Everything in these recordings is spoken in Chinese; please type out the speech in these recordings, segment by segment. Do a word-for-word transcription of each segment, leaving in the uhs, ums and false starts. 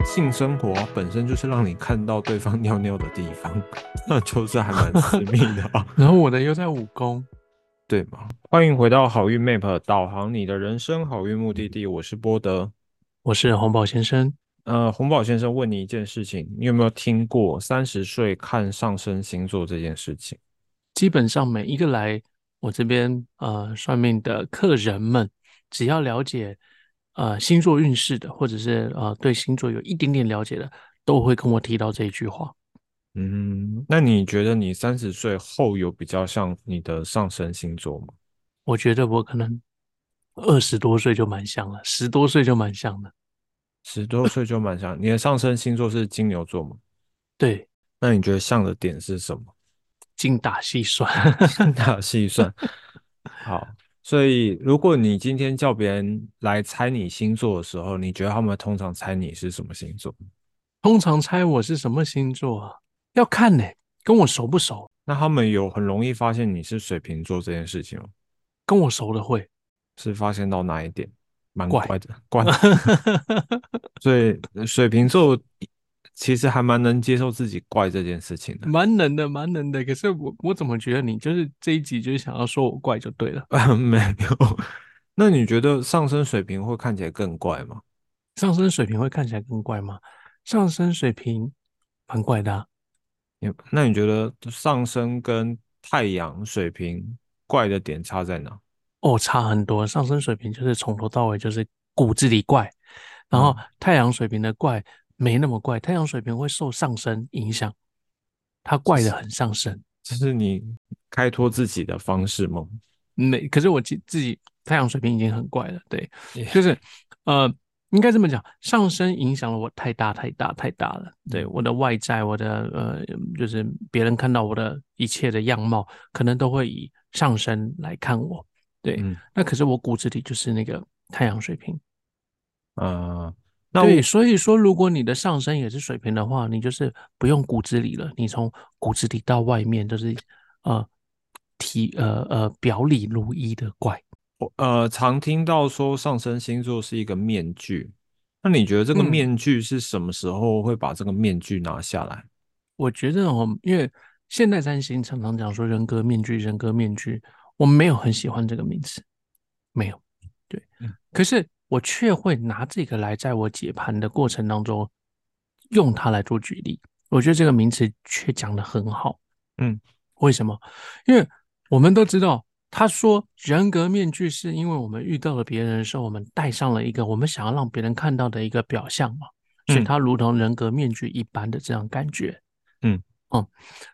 性生活本身就是让你看到对方尿尿的地方，那就是还蛮私密的啊， 然后我的又在武功。 对吗？欢迎回到好运 Map，导航你的人生好运目的地，我是波德。 我是红宝先生。 呃，洪宝先生问你一件事情，你有没有听过三十岁看上升星座这件事情？ 基本上每一个来我这边呃算命的客人们，只要了解呃星座运势的，或者是呃对星座有一点点了解的，都会跟我提到这一句话。 嗯，那你觉得你三十岁后有比较像你的上升星座吗？ 我觉得我可能二十多岁就蛮像了，十多岁就蛮像了。 十多岁就蛮像，你的上升星座是金牛座吗？ 对， 那你觉得像的点是什么？ 精打细算。 精打细算。好，所以如果你今天叫别人来猜你星座的时候，你觉得他们通常猜你是什么星座？ 通常猜我是什么星座啊？要看呢、跟我熟不熟？ 那他们有很容易发现你是水瓶座这件事情吗？ 跟我熟的会是发现到哪一点？蛮怪。 怪的，怪。所以呃水瓶座其实还蛮能接受自己怪这件事情的。 蛮能的，蛮能的。可是我我怎么觉得你就是这一集就是想要说我怪就对了。 没有。那你觉得上升水瓶会看起来更怪吗？ 上升水平会看起来更怪吗？上升水平蛮怪的啊。 你那你觉得上升跟太阳水瓶怪的点差在哪？ 哦，差很多。上升水平就是从头到尾就是骨子里怪，然后嗯， 太阳水平的怪没那么怪。太阳水平会受上升影响，它这是怪的很上升。 这是你开拓自己的方式吗？ 没，可是我自自己太阳水平已经很怪了。对， 也就是呃，应该这么讲，上升影响了我太大太大太大了。对， 嗯我的外在，我的呃，就是别人看到我的一切的样貌，可能都会以上升来看我。对， 嗯那可是我骨子里就是那个太阳水平。 呃，那对， 我所以说，如果你的上升也是水平的话，你就是不用骨子里了，你从骨子里到外面都是呃体呃呃表里如一的怪。 我呃常听到说上升星座是一个面具，那你觉得这个嗯。 面具是什么时候会把这个面具拿下来？ 我觉得哦，因为现代占星常常讲说人格面具，人格面具，我没有很喜欢这个名词，没有。对， 嗯可是我却会拿这个来在我解盘的过程当中用它来做举例。我觉得这个名词却讲得很好。 嗯为什么？因为我们都知道，他说人格面具是因为我们遇到了别人的时候，我们戴上了一个我们想要让别人看到的一个表象嘛，所以嗯它如同人格面具一般的这样感觉。 嗯。 嗯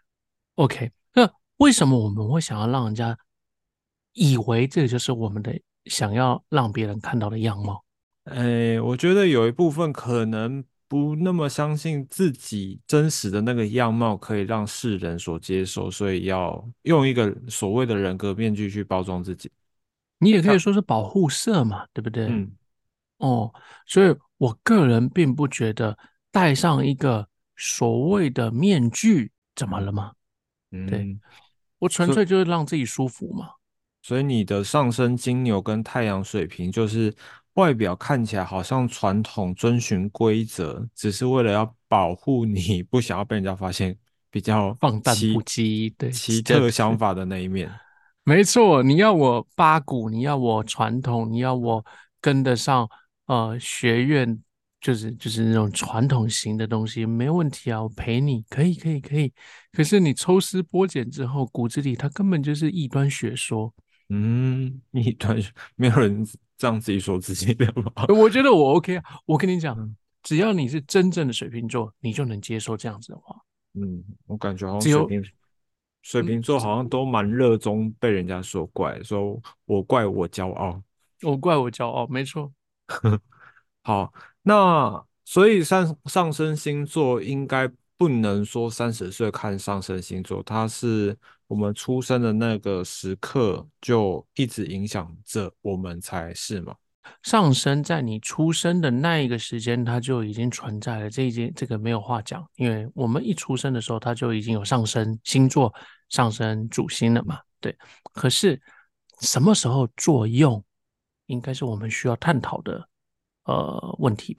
，OK，那为什么我们会想要让人家以为这就是我们的想要让别人看到的样貌？ 诶，我觉得有一部分可能不那么相信自己真实的那个样貌可以让世人所接受，所以要用一个所谓的人格面具去包装自己。 你也可以像说是保护色嘛，对不对？ 嗯哦，所以我个人并不觉得戴上一个所谓的面具怎么嗯了吗？对， 嗯， 我纯所粹就是让自己舒服嘛。 所以你的上升金牛跟太阳水瓶，就是外表看起来好像传统遵循规则，只是为了要保护你，不想要被人家发现比较放荡不奇羁。对， 奇这特想法的那一面。 没错，你要我八股，你要我传统，你要我跟得上呃学院，就是就是那种传统型的东西，没问题啊，我陪你，可以可以可以。可是你抽丝剥茧之后，骨子里它根本就是异端学说。 嗯，一段没有人这样自己说自己的吧？ 呃我觉得我 OK 啊，我跟你讲， 嗯只要你是真正的水瓶座，你就能接受这样子的话。 嗯，我感觉好像只有水瓶水嗯， 瓶座好像都蛮热衷被人家说怪，说我怪我骄傲。 我怪我骄傲，没错。 好，那所以上上升星座应该不能说三十岁看上升星座，它是我们出生的那个时刻就一直影响着我们才是嘛？ 上升在你出生的那一个时间，它就已经存在了。这一件这个没有话讲，因为我们一出生的时候，它就已经有上升星座、上升主星了嘛。对，可是什么时候作用，应该是我们需要探讨的呃问题吧。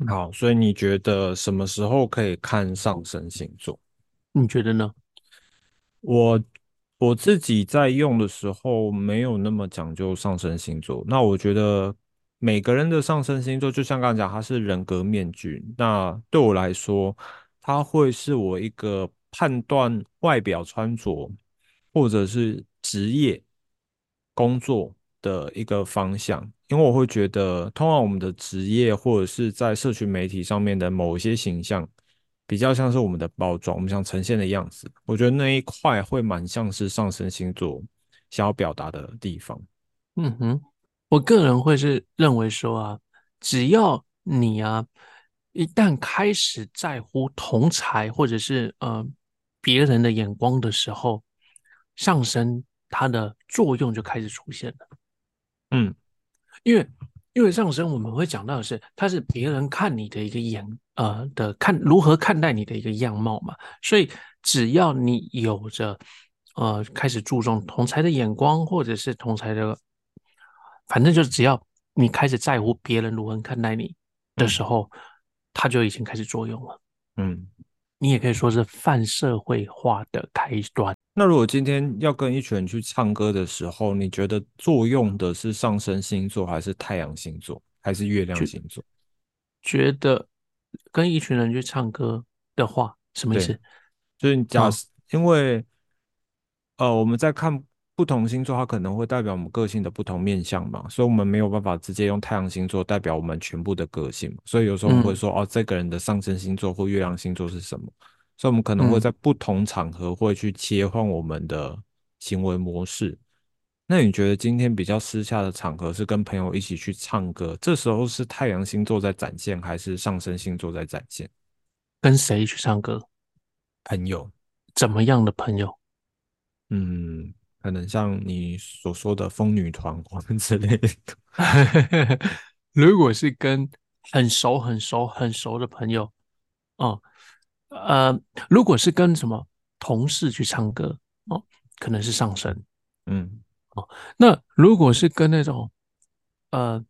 好，所以你觉得什么时候可以看上升星座？ 你觉得呢？ 我我自己在用的时候没有那么讲究上升星座。那我觉得每个人的上升星座，就像刚刚讲，它是人格面具。那对我来说，它会是我一个判断外表穿着或者是职业工作的一个方向。因为我会觉得，通常我们的职业或者是在社群媒体上面的某一些形象。比较像是我们的包装，我们想呈现的样子。我觉得那一块会蛮像是上升星座想要表达的地方。 嗯哼，我个人会是认为说啊，只要你啊，一旦开始在乎同才或者是呃别人的眼光的时候，上升它的作用就开始出现了。 嗯因为因为上升我们会讲到的是，它是别人看你的一个眼呃的看如何看待你的一个样貌嘛，所以只要你有着呃开始注重同才的眼光，或者是同才的，反正就是只要你开始在乎别人如何看待你的嗯时候，它就已经开始作用了。 嗯。 你也可以说是泛社会化的开端。 那如果今天要跟一群人去唱歌的时候，你觉得作用的是上升星座，还是太阳星座，还是月亮觉星座？ 觉得跟一群人去唱歌的话，什么意对， 思？ 就是你假嗯设，因为呃，我们在看不同星座，它可能会代表我们个性的不同面相嘛，所以我们没有办法直接用太阳星座代表我们全部的个性嘛，所以有时候我们会嗯说，哦，这个人的上升星座或月亮星座是什么，所以我们可能会嗯。 在不同场合会去切换我们的行为模式。那你觉得今天比较私下的场合是跟朋友一起去唱歌，这时候是太阳星座在展现，还是上升星座在展现？ 跟谁去唱歌？ 朋友。 怎么样的朋友？ 嗯，可能像你所说的风女团或之类的。 如果是跟很熟、很熟、很熟的朋友，哦，呃，如果是跟什么同事去唱歌，哦，可能是上升。 嗯那如果是跟那种呃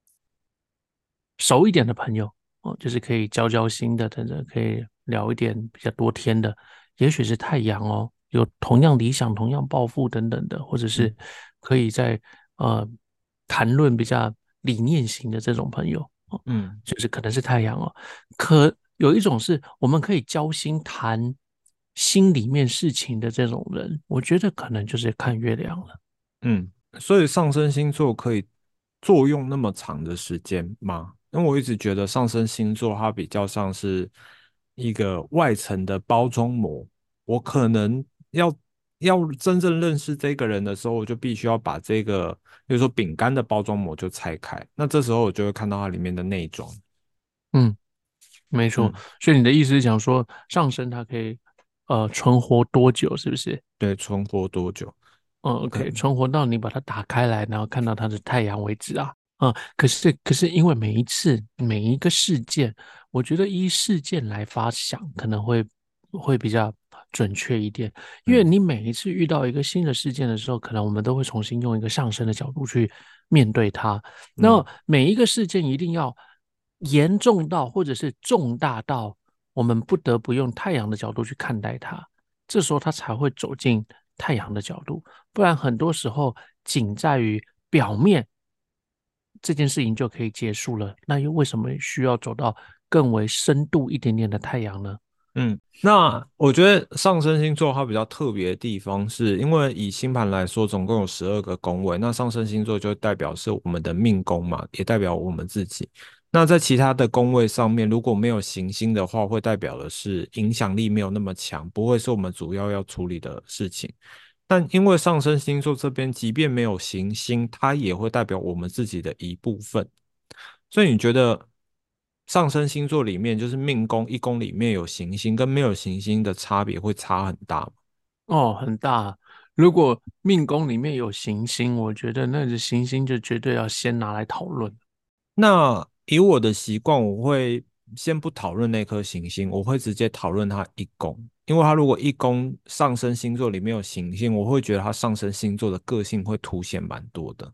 熟一点的朋友，哦，就是可以交交心的，等等，可以聊一点比较多天的，也许是太阳哦，有同样理想、同样抱负等等的，或者是嗯可以在呃谈论比较理念型的这种朋友，哦， 嗯就是可能是太阳哦。可有一种是我们可以交心谈心里面事情的这种人，我觉得可能就是看月亮了。 嗯，所以上升星座可以作用那么长的时间吗？因为我一直觉得上升星座它比较像是一个外层的包装膜，我可能要要真正认识这个人的时候，我就必须要把这个，比如说饼干的包装膜就拆开，那这时候我就会看到它里面的内装。 嗯。没错， 嗯， 所以你的意思是讲说，上升它可以呃存活多久，是不是？ 对，存活多久？ 嗯可 ，OK，存活到你把它打开来，然后看到它的太阳为止啊。嗯，可是可是因为每一次每一个事件，我觉得依事件来发想可能会会比较准确一点，因为嗯你每一次遇到一个新的事件的时候，可能我们都会重新用一个上升的角度去面对它。那嗯每一个事件一定要严重到或者是重大到我们不得不用太阳的角度去看待它，这时候它才会走进太阳的角度。不然很多时候仅在于表面这件事情就可以结束了，那又为什么需要走到更为深度一点点的太阳呢？ 嗯，那我觉得上升星座它比较特别的地方是，因为以星盘来说，总共有十二个宫位，那上升星座就代表是我们的命宫嘛，也代表我们自己。那在其他的宫位上面，如果没有行星的话，会代表的是影响力没有那么强，不会是我们主要要处理的事情。但因为上升星座这边，即便没有行星，它也会代表我们自己的一部分。所以你觉得上升星座里面，就是命宫一宫里面有行星跟没有行星的差别会差很大吗？ 哦，很大。如果命宫里面有行星，我觉得那个行星就绝对要先拿来讨论。 那以我的习惯，我会先不讨论那颗行星，我会直接讨论它一宫，因为它如果一宫上升星座里面有行星，我会觉得它上升星座的个性会凸显蛮多的。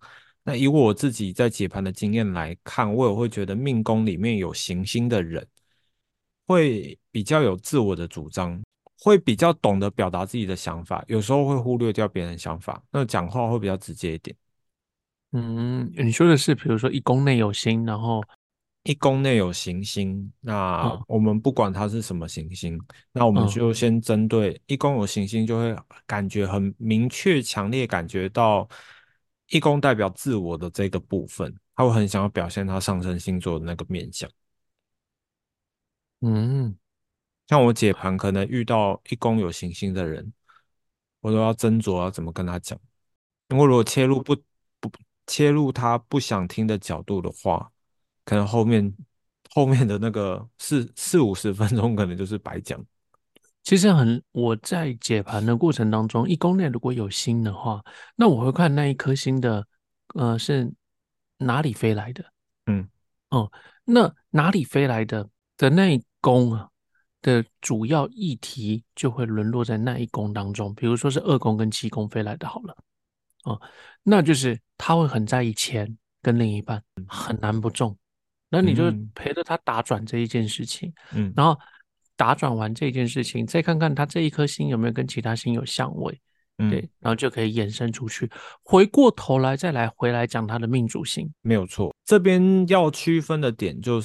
那以我自己在解盘的经验来看，我也会觉得命宫里面有行星的人会比较有自我的主张，会比较懂得表达自己的想法，有时候会忽略掉别人的想法，那讲话会比较直接一点。 嗯，你说的是，比如说一宫内有星，然后一宫内有行星，那嗯我们不管它是什么行星，那我们嗯就先针对一宫有行星，就会感觉很明确、强烈感觉到一宫代表自我的这个部分，他会很想要表现他上升星座的那个面相。 嗯， 像我解盘可能遇到一宫有行星的人，我都要斟酌要怎么跟他讲。因为如果切入不不切入他不想听的角度的话，可能后面后面的那个四四五十分钟可能就是白讲。 其实很，我在解盘的过程当中，一宫内如果有星的话，那我会看那一颗星的，呃，是哪里飞来的。 嗯哦，那哪里飞来的的那一宫啊的主要议题就会沦落在那一宫当中，比如说是二宫跟七宫飞来的好了。哦，那就是他会很在意钱跟另一半，很难不中。那你就嗯陪着他打转这一件事情， 嗯然后打转完这件事情，再看看他这一颗星有没有跟其他星有相位，对， 嗯， 然后就可以衍生出去。回过头来再来回来讲他的命主星。 没有错。这边要区分的点就是，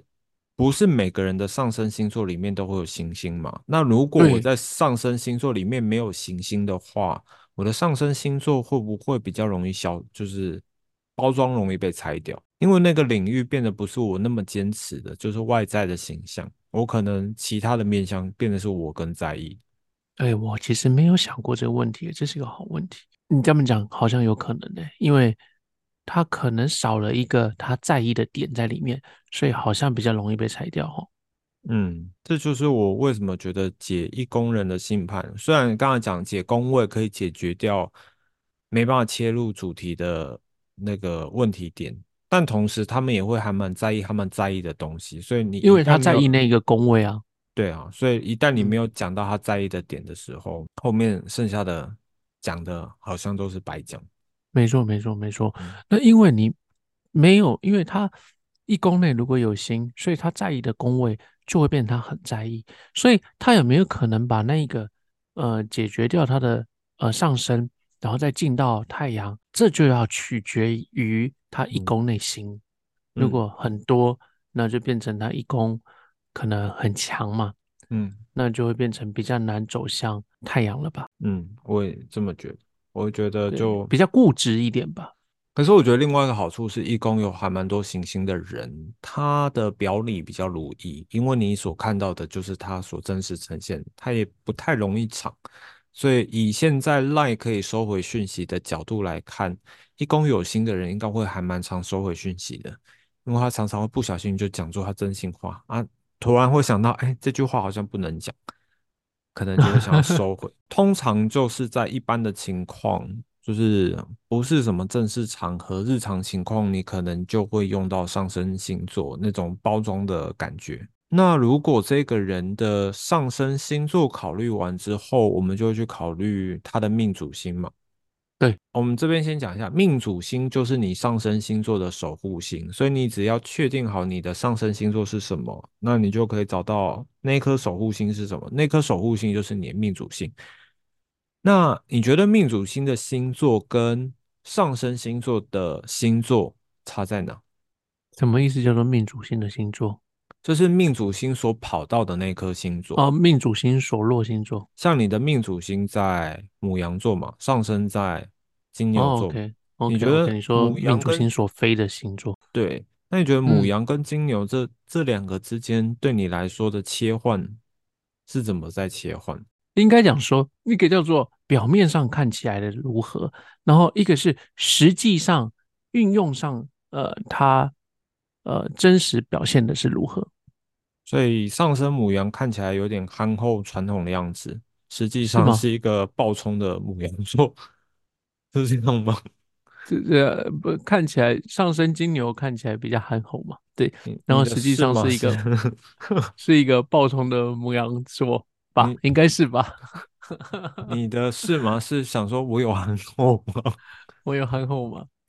不是每个人的上升星座里面都会有行星嘛？那如果我对， 在上升星座里面没有行星的话，我的上升星座会不会比较容易消，就是包装容易被拆掉？因为那个领域变得不是我那么坚持的，就是外在的形象，我可能其他的面向变得是我更在意。 哎，我其实没有想过这个问题，这是一个好问题。你这么讲好像有可能呢，因为他可能少了一个他在意的点在里面，所以好像比较容易被裁掉哦。 嗯，这就是我为什么觉得解一宫人的星盘，虽然刚才讲解宫位可以解决掉没办法切入主题的那个问题点，但同时他们也会还蛮在意他们在意的东西，所以你因为他一旦没有， 在意那个宫位啊。 对啊，所以一旦你没嗯， 有讲到他在意的点的时候，后面剩下的讲的好像都是白讲。 没错，没错，没错。 嗯那因为你没有，因为他一宫内如果有星，所以他在意的宫位就会变成他很在意，所以他有没有可能把那一个呃解决掉他的呃上升，然后再进到太阳，这就要取决于他一嗯宫内星。如嗯果很多，那就变成他一宫可能很强嘛， 嗯那就会变成比较难走向太阳了吧？ 嗯，我也这么觉得，我觉得对， 就。 比较固执一点吧。 可是我觉得另外一个好处是，义工有还蛮多行星的人，他的表里比较如一，因为你所看到的就是他所真实呈现，他也不太容易藏。所以以现在 Line 可以收回讯息的角度来看，义工有心的人应该会还蛮常收回讯息的，因为他常常会不小心就讲出他真心话啊，突然会想到，哎，这句话好像不能讲。可能就会想要收回。通常就是在一般的情况，就是不是什么正式场合，日常情况，你可能就会用到上升星座那种包装的感觉。那如果这个人的上升星座考虑完之后，我们就会去考虑他的命主星嘛。 对。 我们这边先讲一下，命主星就是你上升星座的守护星，所以你只要确定好你的上升星座是什么，那你就可以找到那颗守护星是什么。那颗守护星就是你的命主星。那你觉得命主星的星座跟上升星座的星座差在哪？ 什么意思叫做命主星的星座？ 就是命主星所跑到的那颗星座。 哦，命主星所落星座。 像你的命主星在母羊座嘛，上升在金牛哦座嘛，你觉 ，OK，OK，OK， 得你说母羊跟命主星所飞的星座。 对，那你觉得母嗯， 羊跟金牛这这两个之间对你来说的切换是怎么在切换？ 应该讲说，一个叫做表面上看起来的如何，然后一个是实际上运用上，呃，它呃真实表现的是如何， 所以上升母羊看起来有点憨厚传统的样子，实际是吗？ 上是一个暴冲的母羊座，是这样吗？ 这这不看起来上升金牛看起来比较憨厚嘛，对， 你你的然后实际是吗？是上是一个是一个暴冲的母羊座吧， 你应该是吧？ 你的是吗？是想说我有憨厚吗？ 我有憨厚吗？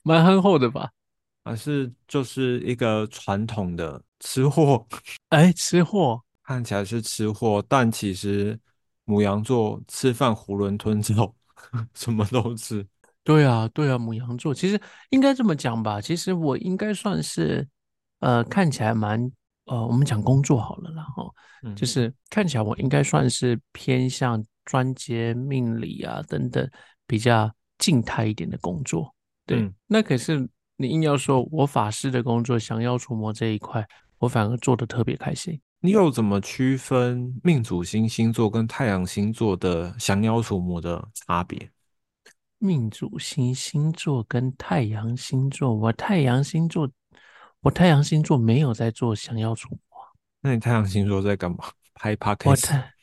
蛮憨厚的吧？ 还是就是一个传统的吃货？ 哎，吃货。 看起来是吃货，但其实母羊座吃饭囫囵吞枣，什么都吃。 对啊，对啊，母羊座其实应该这么讲吧。其实我应该算是，呃，看起来蛮，呃，我们讲工作好了啦，哦，就嗯是看起来我应该算是偏向专接命理啊等等比较静态一点的工作。对， 嗯， 那可是你硬要说我法师的工作降妖除魔这一块，我反而做的特别开心。 你有怎么区分命主星星座跟太阳星座的降妖除魔的差别？ 命主星星座跟太阳星座，我太阳星座，我太阳星座没有在做降妖除魔。 那你太阳星座在干嘛？拍我 podcast 太，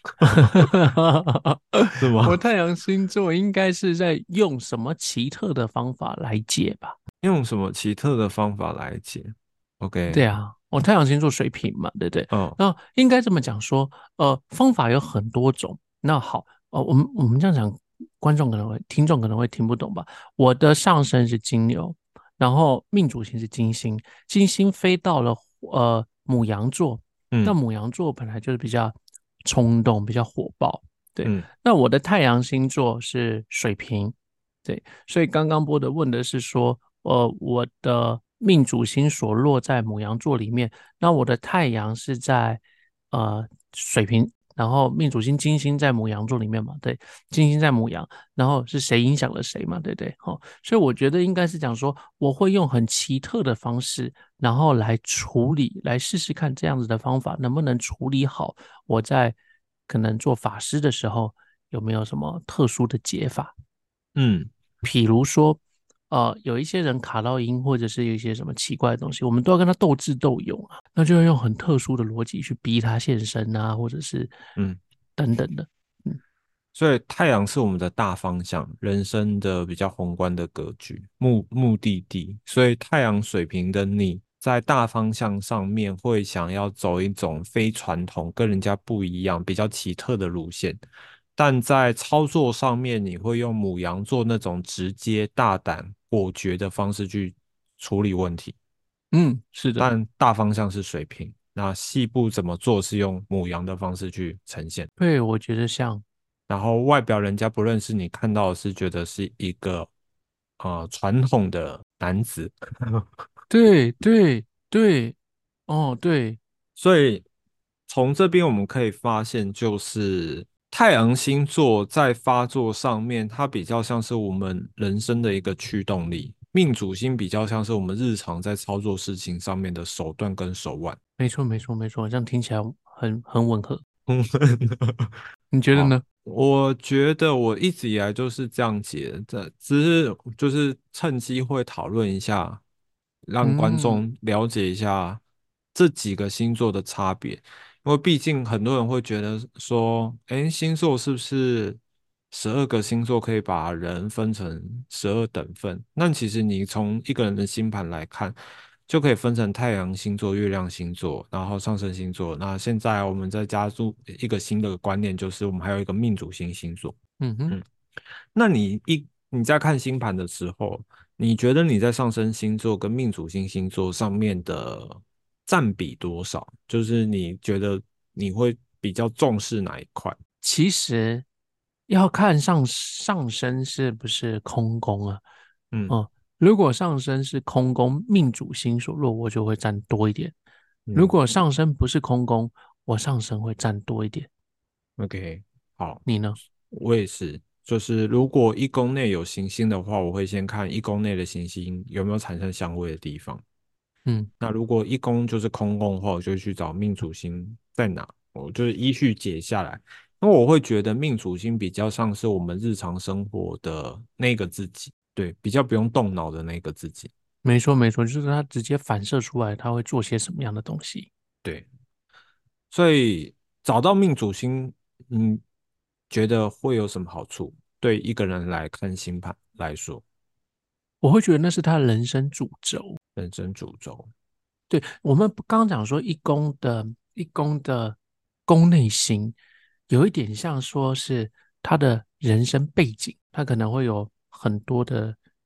是吗？ 我太阳星座应该是在用什么奇特的方法来解吧？ 用什么奇特的方法来解？OK， 对啊，我太阳星座水瓶嘛，对不对？ 哦， 那应该这么讲说，呃，方法有很多种。那好，呃，我们我们这样讲，观众可能会、听众可能会听不懂吧？我的上升是金牛，然后命主星是金星，金星飞到了呃母羊座，那嗯母羊座本来就是比较冲动、比较火爆，对。 嗯那我的太阳星座是水瓶，对。所以刚刚波德问的是说，呃，我的命主星所落在母羊座里面，那我的太阳是在呃水瓶，然后命主星金星在母羊座里面嘛，对，金星在母羊，然后是谁影响了谁嘛，对不对？哦，所以我觉得应该是讲说，我会用很奇特的方式，然后来处理，来试试看这样子的方法能不能处理好我在可能做法师的时候有没有什么特殊的解法。 嗯比如说，呃，有一些人卡到音，或者是有一些什么奇怪的东西，我们都要跟他斗智斗勇啊，那就要用很特殊的逻辑去逼他现身啊，或者是嗯。 等等的。嗯所以太阳是我们的大方向，人生的比较宏观的格局，目目的地。所以太阳水平的你在大方向上面会想要走一种非传统、跟人家不一样、比较奇特的路线，但在操作上面，你会用母羊座那种直接、大胆、果决的方式去处理问题。 嗯，是的。 但大方向是水平，那细部怎么做是用母羊的方式去呈现。 对，我觉得像。 然后外表人家不认识你，看到的是觉得是一个呃传统的男子， 对对对。哦对。 所以从这边我们可以发现，就是太阳星座在发作上面，它比较像是我们人生的一个驱动力，命主星比较像是我们日常在操作事情上面的手段跟手腕。 没错没错没错，这样听起来很很吻合， 嗯，好， 你觉得呢？ 我觉得我一直以来就是这样解的，只是就是趁机会讨论一下，让观嗯众了解一下这几个星座的差别。因为毕竟很多人会觉得说，哎，星座是不是十二个星座可以把人分成十二等份？那其实你从一个人的星盘来看，就可以分成太阳星座、月亮星座，然后上升星座。那现在我们再加入一个新的观念，就是我们还有一个命主星星座。 嗯哼。 嗯，那你一你在看星盘的时候，你觉得你在上升星座跟命主星星座上面的占比多少？就是你觉得你会比较重视哪一块？ 其实要看上上升是不是空宫啊？ 嗯哦，如果上升是空宫，命主星所落，我就会占多一点；如嗯果上升不是空宫，我上升会占多一点。 ，OK，好， 你呢？ 我也是。就是如果一宫内有行星的话，我会先看一宫内的行星有没有产生相位的地方。 嗯， 那如果一宫就是空宫的话，我就去找命主星在哪，我就是依序解下来。因为我会觉得命主星比较像是我们日常生活的那个自己，对，比较不用动脑的那个自己， 没错没错，就是它直接反射出来，它会做些什么样的东西。 对。所以找到命主星，你觉得会有什么好处？对一个人来看星盘来说， 我会觉得那是他人生主轴。 人生主轴， 对，我们刚刚讲说一宫的一宫的宫内心，有一点像说是他的人生背景，他可能会有很多的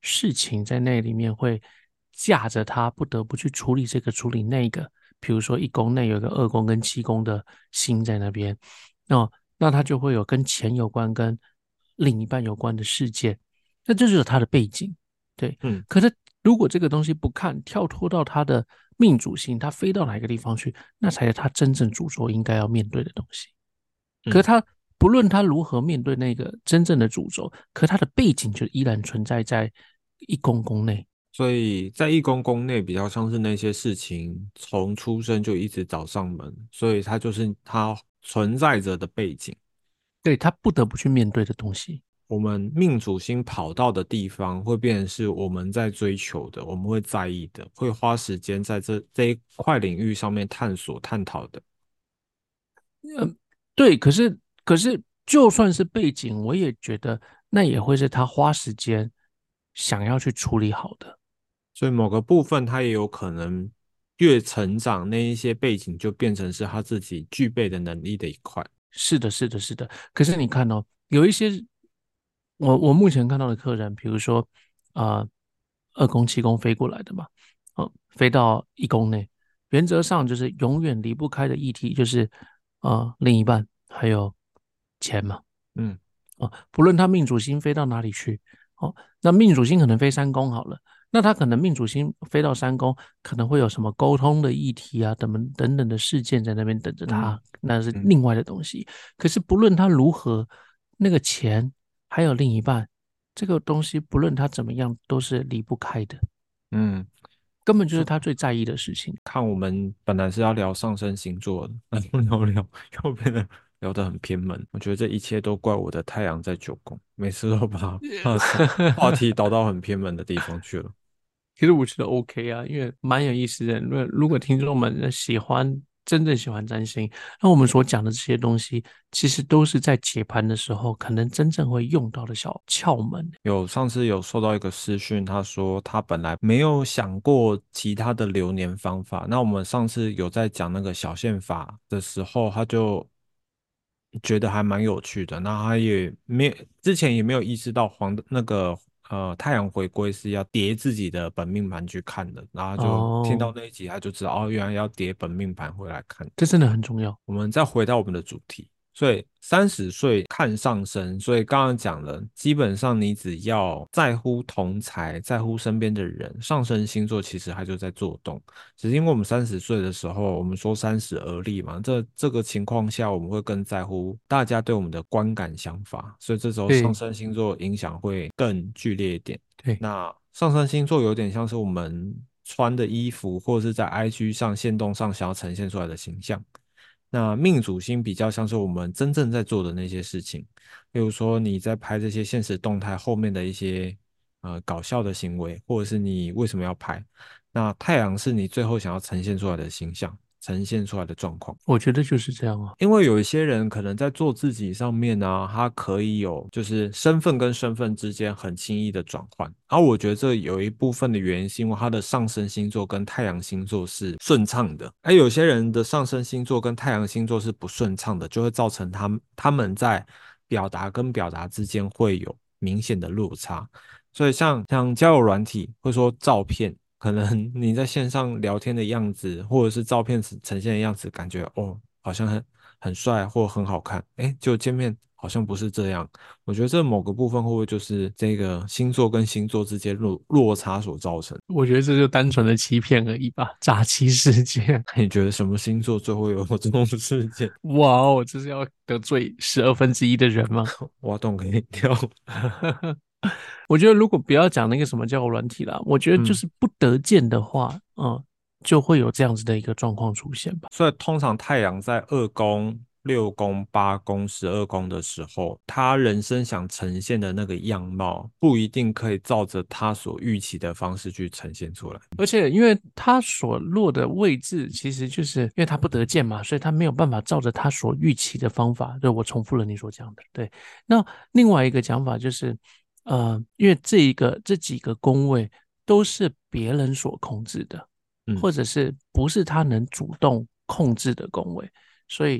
事情在那里面会架着他不得不去处理这个处理那个，比如说一宫内有一个二宫跟七宫的星在那边，哦，那他就会有跟钱有关、跟另一半有关的事件，那这就是他的背景，对。 嗯可是如果这个东西不看，跳脱到他的命主星，他飞到哪一个地方去，那才是他真正主轴应该要面对的东西。可是嗯。 他不论他如何面对那个真正的主轴，可他的背景就依然存在在一宫宫内。 所以在义工宫内比较像是那些事情从出生就一直找上门，所以它就是它存在着的背景。 对他不得不去面对的东西。 我们命主星跑到的地方，会变成是我们在追求的，我们会在意的，会花时间在这这一块领域上面探索、探讨的。 嗯，对，可是可是就算是背景，我也觉得那也会是他花时间想要去处理好的。 所以某个部分，它也有可能越成长，那一些背景就变成是他自己具备的能力的一块。 是的，是的，是的。可是你看哦，有一些我我目前看到的客人，比如说呃二宫七宫飞过来的嘛，哦，飞到一宫内，原则上就是永远离不开的议题就是呃另一半还有钱嘛。 嗯哦，不论他命主星飞到哪里去，哦，那命主星可能飞三宫好了，那他可能命主星飞到三宫，可能会有什么沟通的议题啊，等等等等的事件在那边等着嗯他，那是嗯另外的东西。可是不论他如何，那个钱还有另一半，这个东西不论他怎么样，都是离不开的， 嗯。 根本就是说他最在意的事情。 看我们本来是要聊上升星座的，然后聊聊又变得聊得很偏门。我觉得这一切都怪我的太阳在九宫，每次都把把话话题导到很偏门的地方去了。 其实我觉得 OK 啊，因为蛮有意思的。如果如果听众们喜欢，真正喜欢占星，那我们所讲的这些东西，其实都是在解盘的时候可能真正会用到的小窍门。 有上次有收到一个私讯，他说他本来没有想过其他的流年方法。那我们上次有在讲那个小宪法的时候，他就觉得还蛮有趣的。那他也没之前也没有意识到黄那个呃太阳回归是要叠自己的本命盘去看的，然后就听到哦， 那一集，他就知道哦，原来要叠本命盘回来看。 这真的很重要。 我们再回到我们的主题，所以三十岁看上升，所以刚刚讲了，基本上你只要在乎同才，在乎身边的人，上升星座其实它就在做动。只是因为我们三十岁的时候，我们说三十而立嘛，这这个情况下，我们会更在乎大家对我们的观感想法，所以这时候上对升星座影响会更剧烈一点。 对， 那上升星座有点像是我们穿的衣服，或者是在 I G 上、线动上想要呈现出来的形象。那命主星比较像是我们真正在做的那些事情，例如说你在拍这些现实动态后面的一些呃搞笑的行为，或者是你为什么要拍。那太阳是你最后想要呈现出来的形象，呈现出来的状况。 我觉得就是这样啊。 因为有一些人可能在做自己上面呢、他可以有就是身份跟身份之间很轻易的转换，然后我觉得这有一部分的原因是因为他的上升星座跟太阳星座是顺畅的，而有些人的上升星座跟太阳星座是不顺畅的，就会造成他们他们在表达跟表达之间会有明显的落差。所以像像交友软体，或者说照片，可能你在线上聊天的样子，或者是照片呈现的样子，感觉哦好像很很帅或很好看，哎，就见面好像不是这样。我觉得这某个部分会不会就是这个星座跟星座之间落落差所造成？ 我觉得这就单纯的欺骗而已吧，诈欺事件。 你觉得什么星座最后有这种事件？ 哇哦，这是要得罪十二分之一的人吗？ 挖洞给你跳？ 我觉得如果不要讲那个什么交友软体啦，我觉得就嗯。 是不得见的话，嗯，就会有这样子的一个状况出现吧。 所以通常太阳在二宫、六宫、八宫、十二宫的时候，他人生想呈现的那个样貌，不一定可以照着他所预期的方式去呈现出来。 而且因为他所落的位置，其实就是因为他不得见嘛，所以他没有办法照着他所预期的方法。对，我重复了你所讲的。对，那另外一个讲法就是，呃，因为这一个这几个宫位都是别人所控制的， 嗯或者是不是他能主动控制的宫位，所以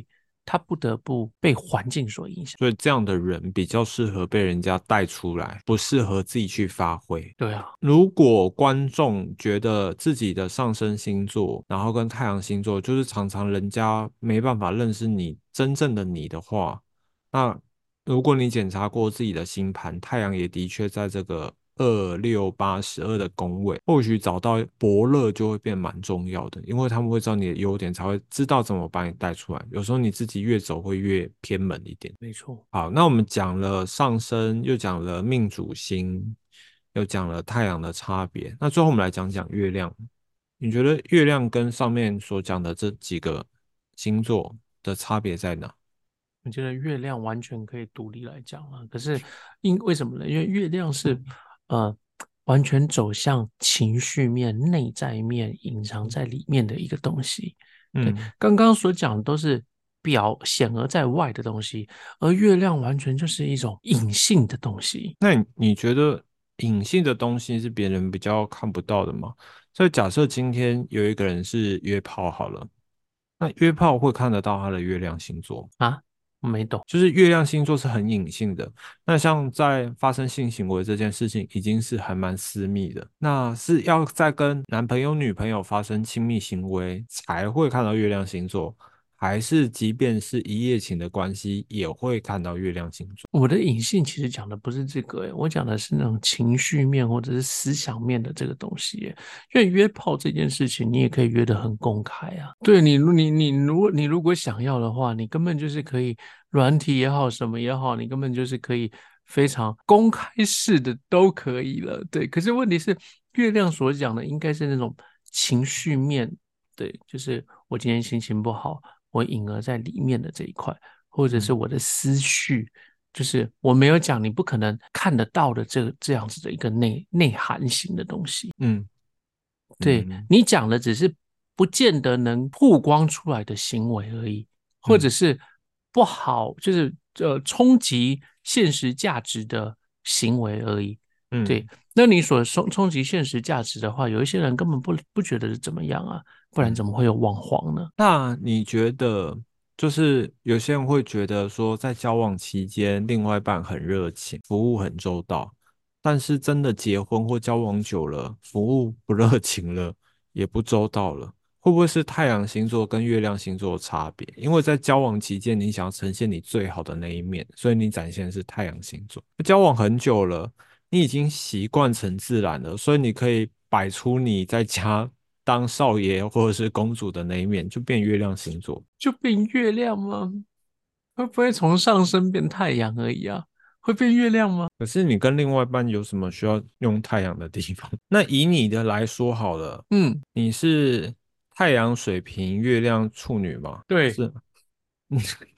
他不得不被环境所影响。 所以这样的人比较适合被人家带出来，不适合自己去发挥。 对啊， 如果观众觉得自己的上升星座，然后跟太阳星座，就是常常人家没办法认识你真正的你的话，那如果你检查过自己的星盘，太阳也的确在这个二六八十二的宫位，或许找到伯乐就会变蛮重要的，因为他们会知道你的优点，才会知道怎么把你带出来。有时候你自己越走会越偏门一点。 没错。 好，那我们讲了上升，又讲了命主星，又讲了太阳的差别。那最后我们来讲讲月亮。你觉得月亮跟上面所讲的这几个星座的差别在哪？ 我觉得月亮完全可以独立来讲了，可是因为什么呢？因为月亮是呃完全走向情绪面、内在面、隐藏在里面的一个东西。对， 嗯， 刚刚所讲的都是表显而在外的东西，而月亮完全就是一种隐性的东西。 那你你觉得隐性的东西是别人比较看不到的吗？所以假设今天有一个人是约炮好了，那约炮会看得到他的月亮星座吗？ 啊，我没懂。 就是月亮星座是很隐性的，那像在发生性行为这件事情，已经是还蛮私密的。那是要在跟男朋友、女朋友发生亲密行为才会看到月亮星座，还是即便是一夜情的关系，也会看到月亮星座？ 我的隐性其实讲的不是这个，诶，我讲的是那种情绪面或者是思想面的这个东西诶。因为约炮这件事情，你也可以约得很公开啊。对你，你你如果你如果想要的话，你根本就是可以软体也好，什么也好，你根本就是可以非常公开式的都可以了。对，可是问题是，月亮所讲的应该是那种情绪面，对，就是我今天心情不好，我隐而在里面的这一块。或者是嗯我的思绪，就是我没有讲你不可能看得到的这这样子的一个内内涵型的东西。 嗯对， 嗯你讲的只是不见得能曝光出来的行为而已，或者嗯是不好，就是呃冲击现实价值的行为而已。对， 嗯那你所冲冲击现实价值的话，有一些人根本不不觉得是怎么样啊，不然嗯。 怎么会有网黄呢？ 那你觉得，就是有些人会觉得说，在交往期间，另外一半很热情，服务很周到，但是真的结婚或交往久了，服务不热情了，也不周到了，会不会是太阳星座跟月亮星座的差别？因为在交往期间，你想要呈现你最好的那一面，所以你展现的是太阳星座。交往很久了，你已经习惯成自然了，所以你可以摆出你在家当少爷或者是公主的那一面，就变月亮星座。 就变月亮吗？会不会从上升变太阳而已啊？会变月亮吗？ 可是你跟另外一半有什么需要用太阳的地方？那以你的来说好了， 嗯， 你是太阳水瓶、月亮处女吗？ 对， 是，嗯，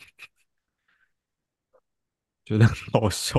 觉得很好笑。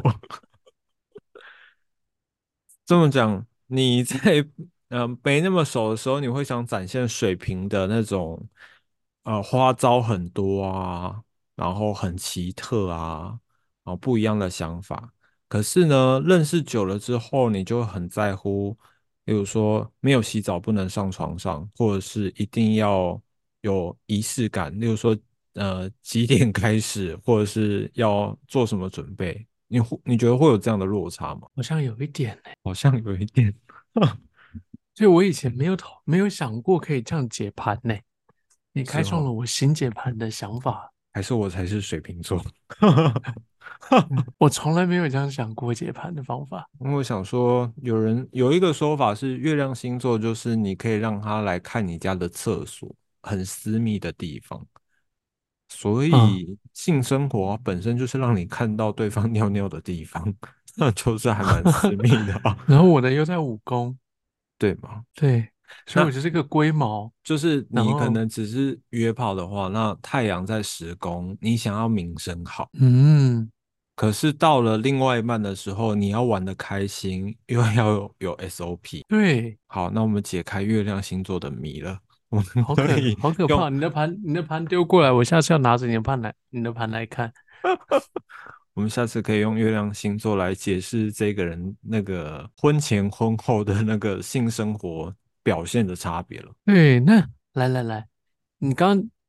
这么讲，你在嗯、呃没那么熟的时候，你会想展现水平的那种呃花招很多啊，然后很奇特啊，然后不一样的想法。可是呢，认识久了之后，你就会很在乎，比如说没有洗澡不能上床上，或者是一定要有仪式感，例如说呃几点开始，或者是要做什么准备。你会你觉得会有这样的落差吗？ 好像有一点呢。 好像有一点。 所以我以前没有讨没有想过可以这样解盘呢。你开是哦， 创了我新解盘的想法。 还是我才是水瓶座？ 嗯，我从来没有这样想过解盘的方法。 因为我想说，有人有一个说法是，月亮星座就是你可以让他来看你家的厕所，很私密的地方。所嗯， 以性生活本身就是让你看到对方尿尿的地方，那就是还蛮私密的啊， 然后我的又在武功， 对吗？ 对，所以我那就是个龟毛。 就是你可然后， 能只是约炮的话，那太阳在十宫，你想要名声好。 嗯， 可是到了另外一半的时候，你要玩的开心，又要有有 S O P。 对， 好，那我们解开月亮星座的谜了。我们好可可以用好可怕！你的盘，你的盘丢过来，我下次要拿着你的盘来，你的盘来看。 我们下次可以用月亮星座来解释这个人那个婚前婚后的那个性生活表现的差别了。 对，那来来来，你刚刚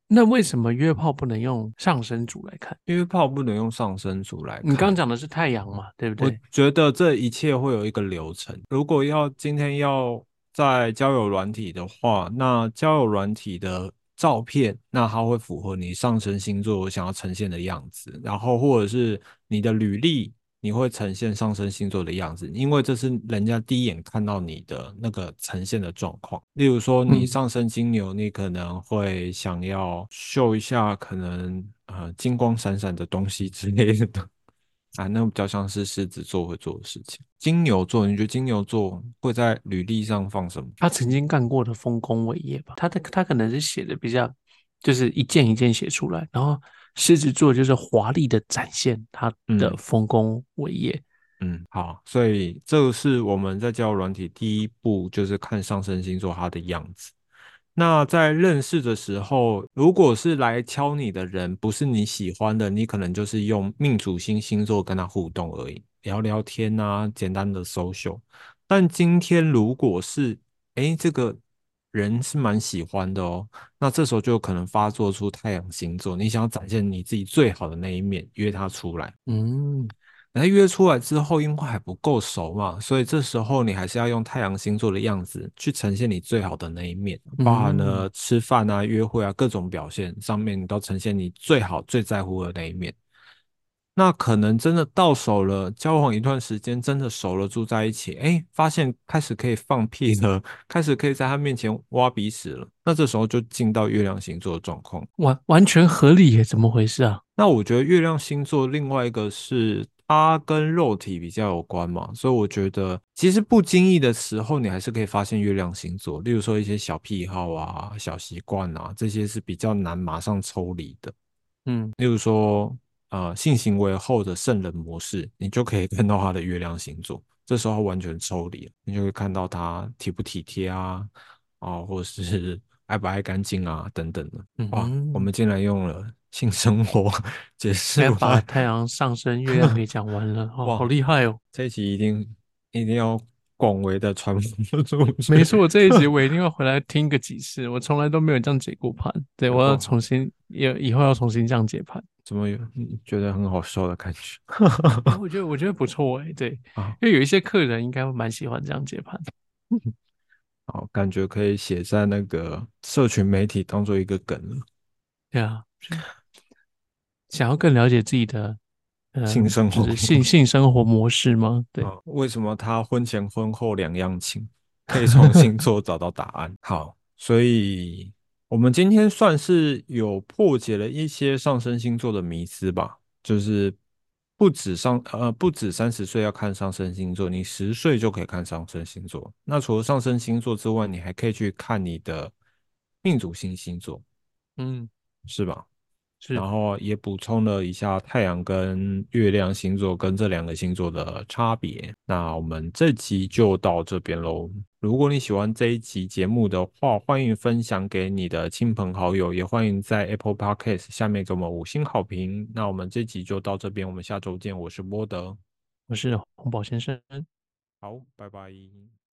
那为什么约炮不能用上升组来看？ 约炮不能用上升组来你刚刚看。 讲的是太阳嘛，对不我对？ 觉得这一切会有一个流程。如果要今天要在交友软体的话，那交友软体的照片，那它会符合你上升星座想要呈现的样子，然后或者是你的履历，你会呈现上升星座的样子，因为这是人家第一眼看到你的那个呈现的状况。例如说，你嗯， 上升金牛，你可能会想要秀一下可能呃金光闪闪的东西之类的。啊，那比较像是狮子座会做的事情。金牛座，你觉得金牛座会在履历上放什么？ 他曾经干过的丰功伟业吧，他的他可能是写的比较，就是一件一件写出来，然后狮子座就是华丽的展现他的嗯丰功伟业。 嗯，好，所以这个是我们在交友软体第一步，就是看上升星座它的样子。那在认识的时候，如果是来敲你的人不是你喜欢的，你可能就是用命主星星座跟他互动而已，聊聊天啊，简单的 social。但今天如果是，诶，这个人是蛮喜欢的哦，那这时候就有可能发作出太阳星座，你想要展现你自己最好的那一面，约他出来。 嗯那约出来之后，因为还不够熟嘛，所以这时候你还是要用太阳星座的样子去呈现你最好的那一面，包含嗯， 了吃饭啊、约会啊各种表现上面，你都呈现你最好、最在乎的那一面。那可能真的到手了，交往一段时间，真的熟了，住在一起，哎，发现开始可以放屁了，开始可以在他面前挖鼻屎了，那这时候就进到月亮星座的状况。 完完全合理耶，怎么回事啊？ 那我觉得月亮星座另外一个是它跟肉体比较有关嘛，所以我觉得其实不经意的时候，你还是可以发现月亮星座，例如说一些小癖好啊、小习惯啊，这些是比较难马上抽离的。 嗯例如说，呃，性行为后的圣人模式，你就可以看到他的月亮星座，这时候完全抽离了，你就会看到他体不体贴啊，啊，或者是爱不爱干净啊，等等的。哇，我嗯， 们竟然用了性生活解释该把完， 太阳上升、月亮给讲完了，哦，好哇， 厉害哦！ 这一集一定一定要广为的传播出去。 没错，这一集我一定要回来听个几次，我从来都没有这样解过盘，对，我要有够好， 重新，以以后要重新这样解盘。 怎么有嗯觉得很好笑的感觉？ 哎，我觉得我觉得不错哎，对， 啊， 因为有一些客人应该会蛮喜欢这样解盘。 好，感觉可以写在那个社群媒体当做一个梗了。 对啊，就想要更了解自己的，呃， 性生活。 就是性性生活模式吗？对， 啊，为什么他婚前婚后两样情？可以从星座找到答案。好，所以我们今天算是有破解了一些上升星座的迷思吧，就是不止上呃不止三十岁要看上升星座，你十岁就可以看上升星座。那除了上升星座之外，你还可以去看你的命主星星座， 嗯， 是吧？ 是， 然后也补充了一下太阳跟月亮星座跟这两个星座的差别。那我们这集就到这边喽。如果你喜欢这一集节目的话，欢迎分享给你的亲朋好友，也欢迎在 Apple Podcast 下面给我们五星好评。那我们这集就到这边，我们下周见。我是波德， 我是洪宝先生。 好，拜拜。